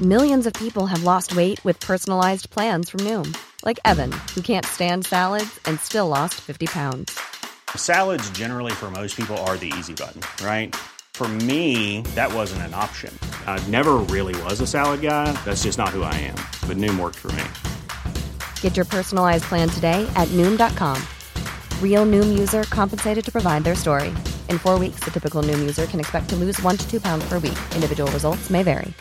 Millions of people have lost weight with personalized plans from Noom. Like Evan, who can't stand salads and still lost 50 pounds. Salads generally for most people are the easy button, right? For me, that wasn't an option. I never really was a salad guy. That's just not who I am. But Noom worked for me. Get your personalized plan today at Noom.com. Real Noom user compensated to provide their story. In 4 weeks, the typical Noom user can expect to lose 1 to 2 pounds per week. Individual results may vary.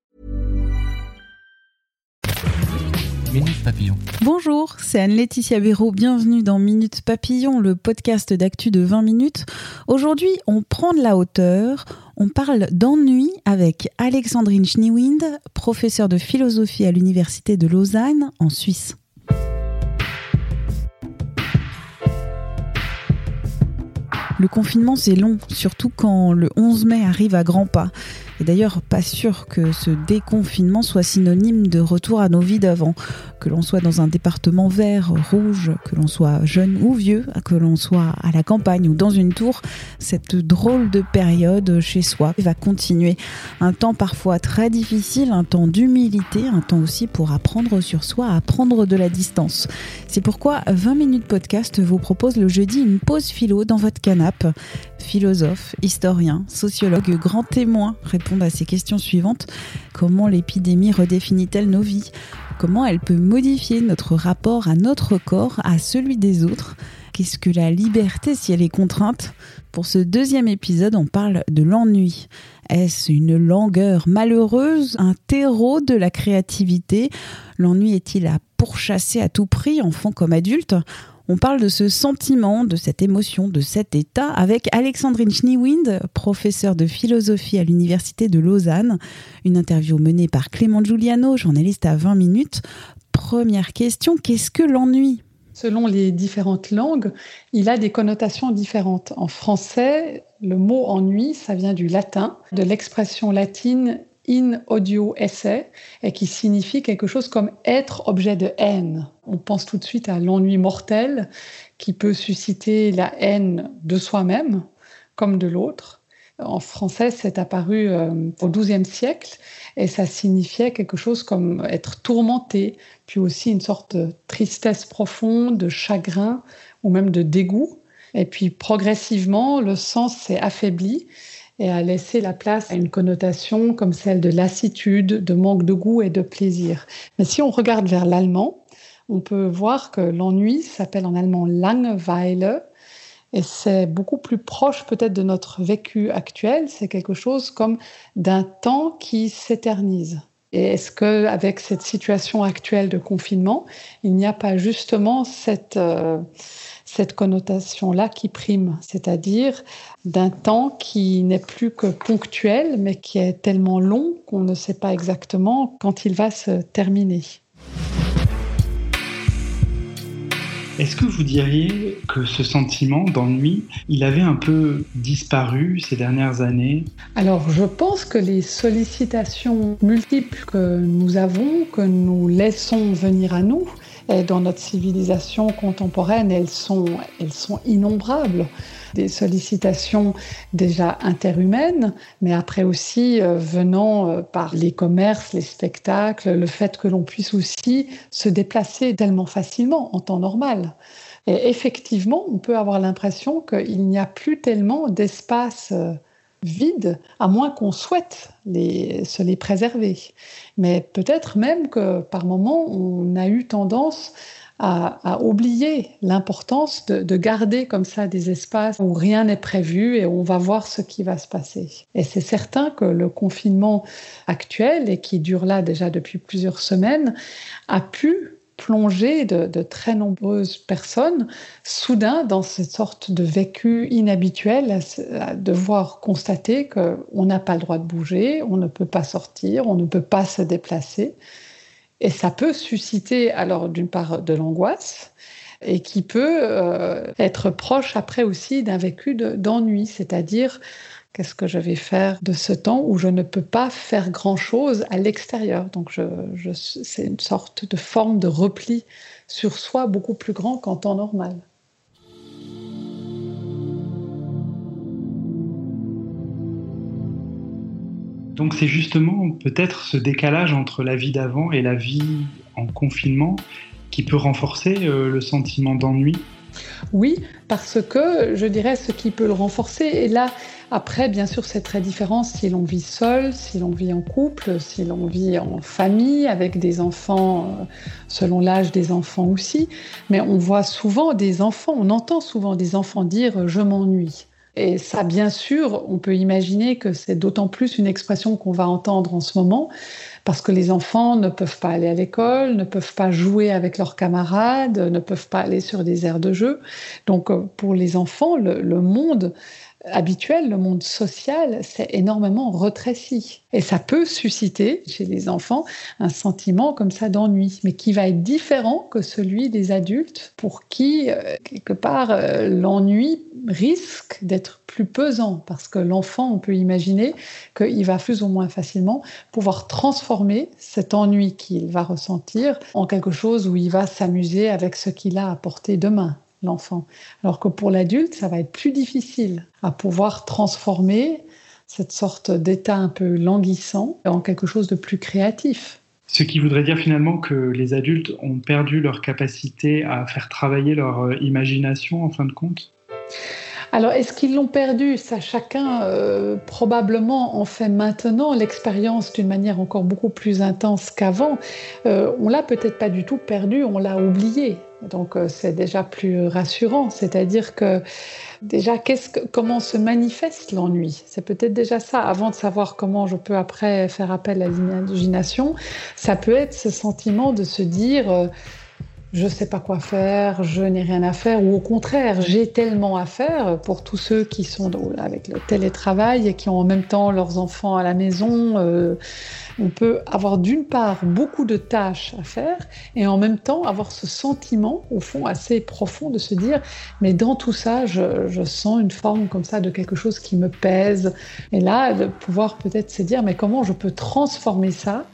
Minute Papillon. Bonjour, c'est Anne-Laetitia Béraud. Bienvenue dans Minute Papillon, le podcast d'actu de 20 minutes. Aujourd'hui, on prend de la hauteur. On parle d'ennui avec Alexandrine Schneewind, professeure de philosophie à l'Université de Lausanne, en Suisse. Le confinement, c'est long, surtout quand le 11 mai arrive à grands pas. Et d'ailleurs, pas sûr que ce déconfinement soit synonyme de retour à nos vies d'avant. Que l'on soit dans un département vert, rouge, que l'on soit jeune ou vieux, que l'on soit à la campagne ou dans une tour, cette drôle de période chez soi va continuer. Un temps parfois très difficile, un temps d'humilité, un temps aussi pour apprendre sur soi, à prendre de la distance. C'est pourquoi 20 minutes podcast vous propose le jeudi une pause philo dans votre canapé. Philosophes, historiens, sociologues, grands témoins répondent à ces questions suivantes. Comment l'épidémie redéfinit-elle nos vies ? Comment elle peut modifier notre rapport à notre corps, à celui des autres ? Qu'est-ce que la liberté si elle est contrainte ? Pour ce deuxième épisode, on parle de l'ennui. Est-ce une langueur malheureuse, un terreau de la créativité ? L'ennui est-il à pourchasser à tout prix, enfant comme adulte ? On parle de ce sentiment, de cette émotion, de cet état avec Alexandrine Schneewind, professeure de philosophie à l'Université de Lausanne. Une interview menée par Clément Giuliano, journaliste à 20 minutes. Première question, qu'est-ce que l'ennui ? Selon les différentes langues, il a des connotations différentes. En français, le mot ennui, ça vient du latin, de l'expression latine in odio esse, et qui signifie quelque chose comme être objet de haine. On pense tout de suite à l'ennui mortel qui peut susciter la haine de soi-même comme de l'autre. En français, c'est apparu au XIIe siècle et ça signifiait quelque chose comme être tourmenté, puis aussi une sorte de tristesse profonde, de chagrin ou même de dégoût. Et puis progressivement, le sens s'est affaibli et a laissé la place à une connotation comme celle de lassitude, de manque de goût et de plaisir. Mais si on regarde vers l'allemand, on peut voir que l'ennui s'appelle en allemand Langeweile et c'est beaucoup plus proche peut-être de notre vécu actuel. C'est quelque chose comme d'un temps qui s'éternise. Et est-ce qu'avec cette situation actuelle de confinement, il n'y a pas justement cette connotation-là qui prime, c'est-à-dire d'un temps qui n'est plus que ponctuel, mais qui est tellement long qu'on ne sait pas exactement quand il va se terminer. Est-ce que vous diriez que ce sentiment d'ennui, il avait un peu disparu ces dernières années ? Alors, je pense que les sollicitations multiples que nous avons, que nous laissons venir à nous, et dans notre civilisation contemporaine, elles sont innombrables. Des sollicitations déjà interhumaines, mais après aussi venant par les commerces, les spectacles, le fait que l'on puisse aussi se déplacer tellement facilement en temps normal. Et effectivement, on peut avoir l'impression qu'il n'y a plus tellement d'espace vide, à moins qu'on souhaite se les préserver. Mais peut-être même que par moments, on a eu tendance à oublier l'importance de garder comme ça des espaces où rien n'est prévu et où on va voir ce qui va se passer. Et c'est certain que le confinement actuel, et qui dure là déjà depuis plusieurs semaines, a pu plonger de très nombreuses personnes soudain dans cette sorte de vécu inhabituel, à devoir constater qu'on n'a pas le droit de bouger, on ne peut pas sortir, on ne peut pas se déplacer. Et ça peut susciter alors d'une part de l'angoisse et qui peut être proche après aussi d'un vécu d'ennui, c'est-à-dire qu'est-ce que je vais faire de ce temps où je ne peux pas faire grand-chose à l'extérieur. Donc c'est une sorte de forme de repli sur soi beaucoup plus grand qu'en temps normal. Donc c'est justement peut-être ce décalage entre la vie d'avant et la vie en confinement qui peut renforcer le sentiment d'ennui. Oui, parce que je dirais ce qui peut le renforcer. Et là, après, bien sûr, c'est très différent si l'on vit seul, si l'on vit en couple, si l'on vit en famille, avec des enfants, selon l'âge des enfants aussi. Mais on voit souvent des enfants, on entend souvent des enfants dire « je m'ennuie ». Et ça, bien sûr, on peut imaginer que c'est d'autant plus une expression qu'on va entendre en ce moment, parce que les enfants ne peuvent pas aller à l'école, ne peuvent pas jouer avec leurs camarades, ne peuvent pas aller sur des aires de jeu. Donc, pour les enfants, le monde habituel, le monde social, c'est énormément rétréci. Et ça peut susciter chez les enfants un sentiment comme ça d'ennui, mais qui va être différent que celui des adultes pour qui, quelque part, l'ennui risque d'être plus pesant, parce que l'enfant, on peut imaginer qu'il va plus ou moins facilement pouvoir transformer cet ennui qu'il va ressentir en quelque chose où il va s'amuser avec ce qu'il a à portée de main, l'enfant. Alors que pour l'adulte, ça va être plus difficile à pouvoir transformer cette sorte d'état un peu languissant en quelque chose de plus créatif. Ce qui voudrait dire finalement que les adultes ont perdu leur capacité à faire travailler leur imagination en fin de compte. Alors, est-ce qu'ils l'ont perdu ? Ça, chacun probablement en fait maintenant l'expérience d'une manière encore beaucoup plus intense qu'avant. On l'a peut-être pas du tout perdu, on l'a oublié. Donc, c'est déjà plus rassurant. C'est-à-dire que déjà, comment se manifeste l'ennui ? C'est peut-être déjà ça. Avant de savoir comment je peux après faire appel à l'imagination, ça peut être ce sentiment de se dire je ne sais pas quoi faire, je n'ai rien à faire, ou au contraire, j'ai tellement à faire pour tous ceux qui sont avec le télétravail et qui ont en même temps leurs enfants à la maison. On peut avoir d'une part beaucoup de tâches à faire et en même temps avoir ce sentiment, au fond, assez profond de se dire mais dans tout ça, je sens une forme comme ça de quelque chose qui me pèse. Et là, de pouvoir peut-être se dire mais comment je peux transformer ça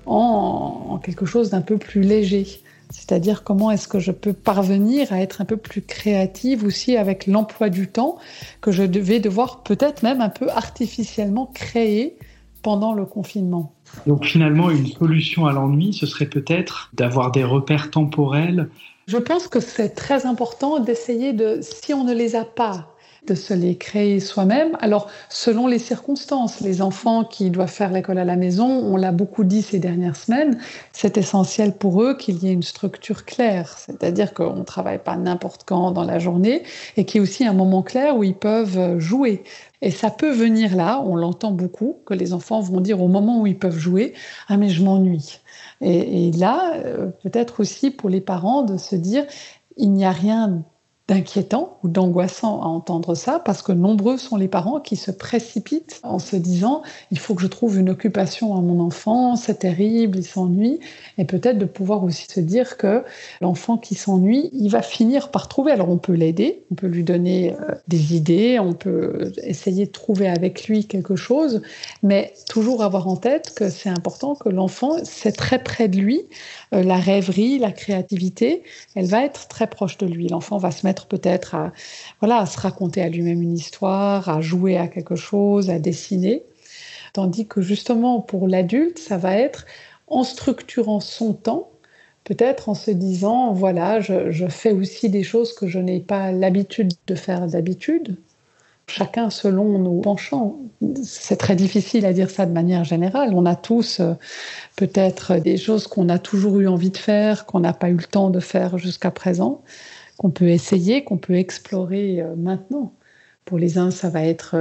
en quelque chose d'un peu plus léger ? C'est-à-dire comment est-ce que je peux parvenir à être un peu plus créative aussi avec l'emploi du temps que je vais devoir peut-être même un peu artificiellement créer pendant le confinement. Donc finalement, une solution à l'ennui, ce serait peut-être d'avoir des repères temporels. Je pense que c'est très important d'essayer si on ne les a pas, de se les créer soi-même. Alors, selon les circonstances, les enfants qui doivent faire l'école à la maison, on l'a beaucoup dit ces dernières semaines, c'est essentiel pour eux qu'il y ait une structure claire. C'est-à-dire qu'on ne travaille pas n'importe quand dans la journée et qu'il y ait aussi un moment clair où ils peuvent jouer. Et ça peut venir là, on l'entend beaucoup, que les enfants vont dire au moment où ils peuvent jouer « Ah mais je m'ennuie ». Et là, peut-être aussi pour les parents de se dire « Il n'y a rien d'inquiétant ou d'angoissant à entendre ça, parce que nombreux sont les parents qui se précipitent en se disant « il faut que je trouve une occupation à mon enfant, c'est terrible, il s'ennuie ». Et peut-être de pouvoir aussi se dire que l'enfant qui s'ennuie, il va finir par trouver. Alors on peut l'aider, on peut lui donner des idées, on peut essayer de trouver avec lui quelque chose, mais toujours avoir en tête que c'est important que l'enfant, c'est très près de lui. La rêverie, la créativité, elle va être très proche de lui. L'enfant va se mettre peut-être à se raconter à lui-même une histoire, à jouer à quelque chose, à dessiner. Tandis que justement pour l'adulte, ça va être en structurant son temps, peut-être en se disant, voilà, je fais aussi des choses que je n'ai pas l'habitude de faire d'habitude. Chacun selon nos penchants. C'est très difficile à dire ça de manière générale. On a tous peut-être des choses qu'on a toujours eu envie de faire, qu'on n'a pas eu le temps de faire jusqu'à présent, qu'on peut essayer, qu'on peut explorer maintenant. Pour les uns, ça va être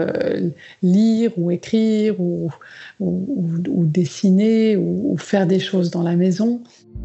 lire ou écrire ou dessiner ou faire des choses dans la maison.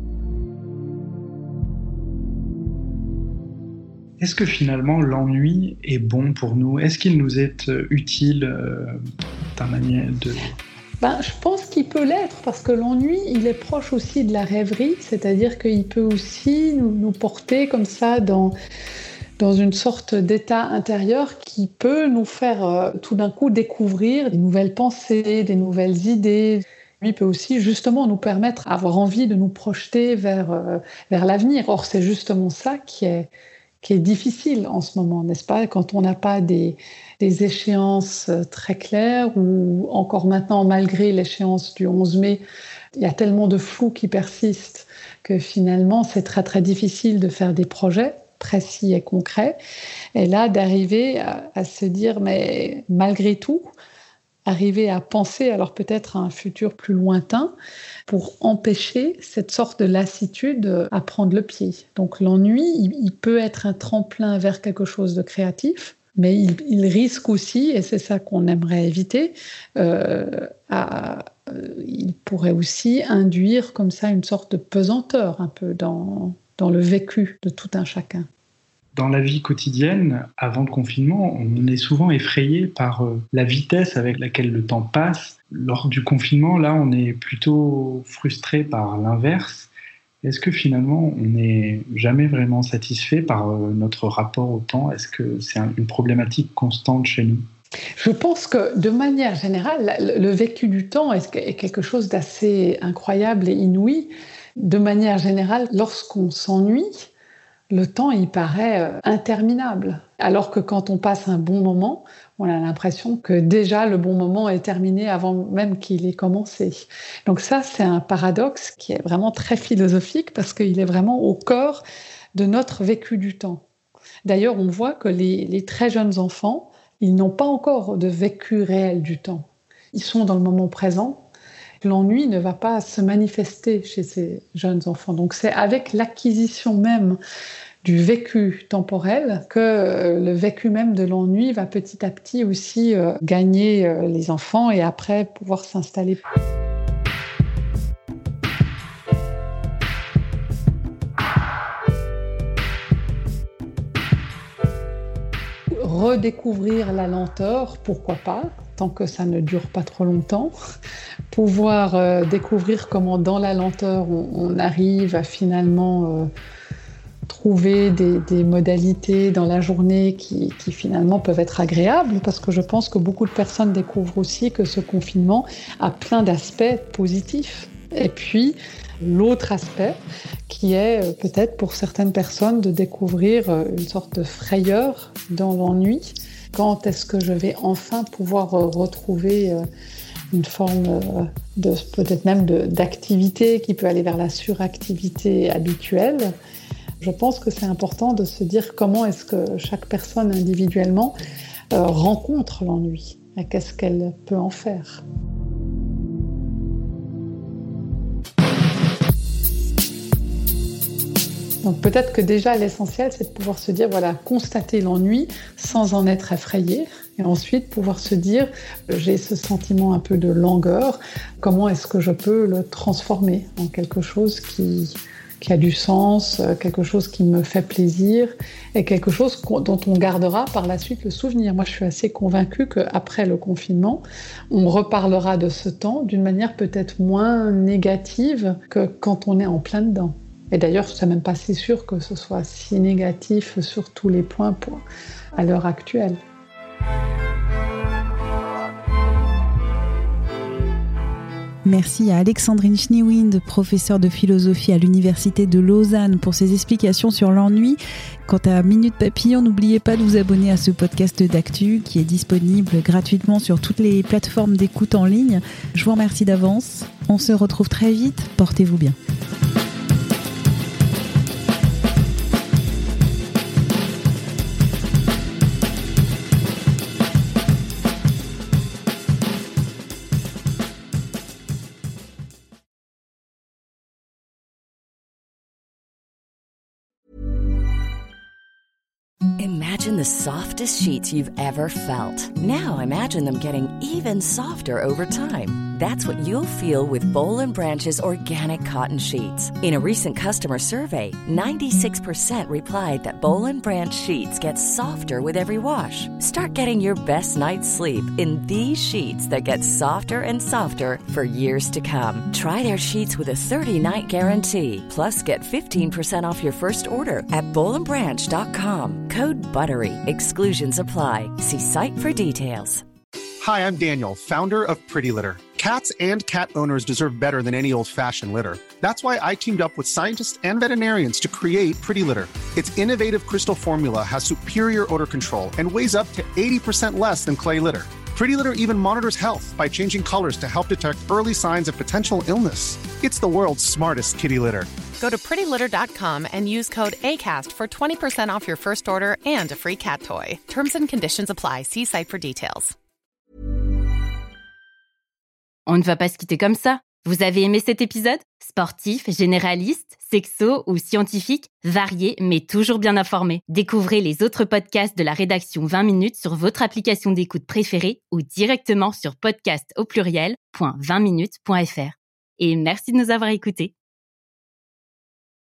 Est-ce que finalement l'ennui est bon pour nous ? Est-ce qu'il nous est utile d'un manière de... Je pense qu'il peut l'être parce que l'ennui, il est proche aussi de la rêverie, c'est-à-dire qu'il peut aussi nous porter comme ça dans une sorte d'état intérieur qui peut nous faire tout d'un coup découvrir des nouvelles pensées, des nouvelles idées. Lui peut aussi justement nous permettre d'avoir envie de nous projeter vers l'avenir. Or, c'est justement ça qui est qui est difficile en ce moment, n'est-ce pas? Quand on n'a pas des échéances très claires, ou encore maintenant, malgré l'échéance du 11 mai, il y a tellement de flou qui persiste que finalement, c'est très, très difficile de faire des projets précis et concrets. Et là, d'arriver à se dire, mais malgré tout, arriver à penser alors peut-être à un futur plus lointain pour empêcher cette sorte de lassitude à prendre le pied. Donc l'ennui, il peut être un tremplin vers quelque chose de créatif, mais il risque aussi, et c'est ça qu'on aimerait éviter, il pourrait aussi induire comme ça une sorte de pesanteur un peu dans le vécu de tout un chacun. Dans la vie quotidienne, avant le confinement, on est souvent effrayé par la vitesse avec laquelle le temps passe. Lors du confinement, là, on est plutôt frustré par l'inverse. Est-ce que finalement, on n'est jamais vraiment satisfait par notre rapport au temps? Est-ce que c'est une problématique constante chez nous? Je pense que, de manière générale, le vécu du temps est quelque chose d'assez incroyable et inouï. De manière générale, lorsqu'on s'ennuie, le temps, il paraît interminable. Alors que quand on passe un bon moment, on a l'impression que déjà le bon moment est terminé avant même qu'il ait commencé. Donc ça, c'est un paradoxe qui est vraiment très philosophique parce qu'il est vraiment au cœur de notre vécu du temps. D'ailleurs, on voit que les très jeunes enfants, ils n'ont pas encore de vécu réel du temps. Ils sont dans le moment présent. L'ennui ne va pas se manifester chez ces jeunes enfants. Donc c'est avec l'acquisition même du vécu temporel que le vécu même de l'ennui va petit à petit aussi gagner les enfants et après pouvoir s'installer. Redécouvrir la lenteur, pourquoi pas, tant que ça ne dure pas trop longtemps. Pouvoir découvrir comment dans la lenteur on arrive à finalement trouver des modalités dans la journée qui finalement peuvent être agréables, parce que je pense que beaucoup de personnes découvrent aussi que ce confinement a plein d'aspects positifs. Et puis l'autre aspect qui est peut-être pour certaines personnes de découvrir une sorte de frayeur dans l'ennui. Quand est-ce que je vais enfin pouvoir retrouver une forme peut-être même d'activité qui peut aller vers la suractivité habituelle? Je pense que c'est important de se dire comment est-ce que chaque personne individuellement rencontre l'ennui et qu'est-ce qu'elle peut en faire. Donc peut-être que déjà l'essentiel, c'est de pouvoir se dire, voilà, constater l'ennui sans en être effrayé. Et ensuite pouvoir se dire, j'ai ce sentiment un peu de langueur, comment est-ce que je peux le transformer en quelque chose qui a du sens, quelque chose qui me fait plaisir et quelque chose dont on gardera par la suite le souvenir. Moi, je suis assez convaincue qu'après le confinement, on reparlera de ce temps d'une manière peut-être moins négative que quand on est en plein dedans. Et d'ailleurs, c'est même pas si sûr que ce soit si négatif sur tous les points à l'heure actuelle. Merci à Alexandrine Schneewind, professeure de philosophie à l'Université de Lausanne, pour ses explications sur l'ennui. Quant à Minute Papillon, n'oubliez pas de vous abonner à ce podcast d'actu qui est disponible gratuitement sur toutes les plateformes d'écoute en ligne. Je vous remercie d'avance. On se retrouve très vite. Portez-vous bien. Imagine the softest sheets you've ever felt. Now imagine them getting even softer over time. That's what you'll feel with Boll & Branch's organic cotton sheets. In a recent customer survey, 96% replied that Boll & Branch sheets get softer with every wash. Start getting your best night's sleep in these sheets that get softer and softer for years to come. Try their sheets with a 30-night guarantee. Plus, get 15% off your first order at bollandbranch.com. Code BUTTERY. Exclusions apply. See site for details. Hi, I'm Daniel, founder of Pretty Litter. Cats and cat owners deserve better than any old-fashioned litter. That's why I teamed up with scientists and veterinarians to create Pretty Litter. Its innovative crystal formula has superior odor control and weighs up to 80% less than clay litter. Pretty Litter even monitors health by changing colors to help detect early signs of potential illness. It's the world's smartest kitty litter. Go to prettylitter.com and use code ACAST for 20% off your first order and a free cat toy. Terms and conditions apply. See site for details. On ne va pas se quitter comme ça. Vous avez aimé cet épisode ? Sportif, généraliste, sexo ou scientifique, varié mais toujours bien informé. Découvrez les autres podcasts de la rédaction 20 minutes sur votre application d'écoute préférée ou directement sur podcast@20minutes.fr. Et merci de nous avoir écoutés.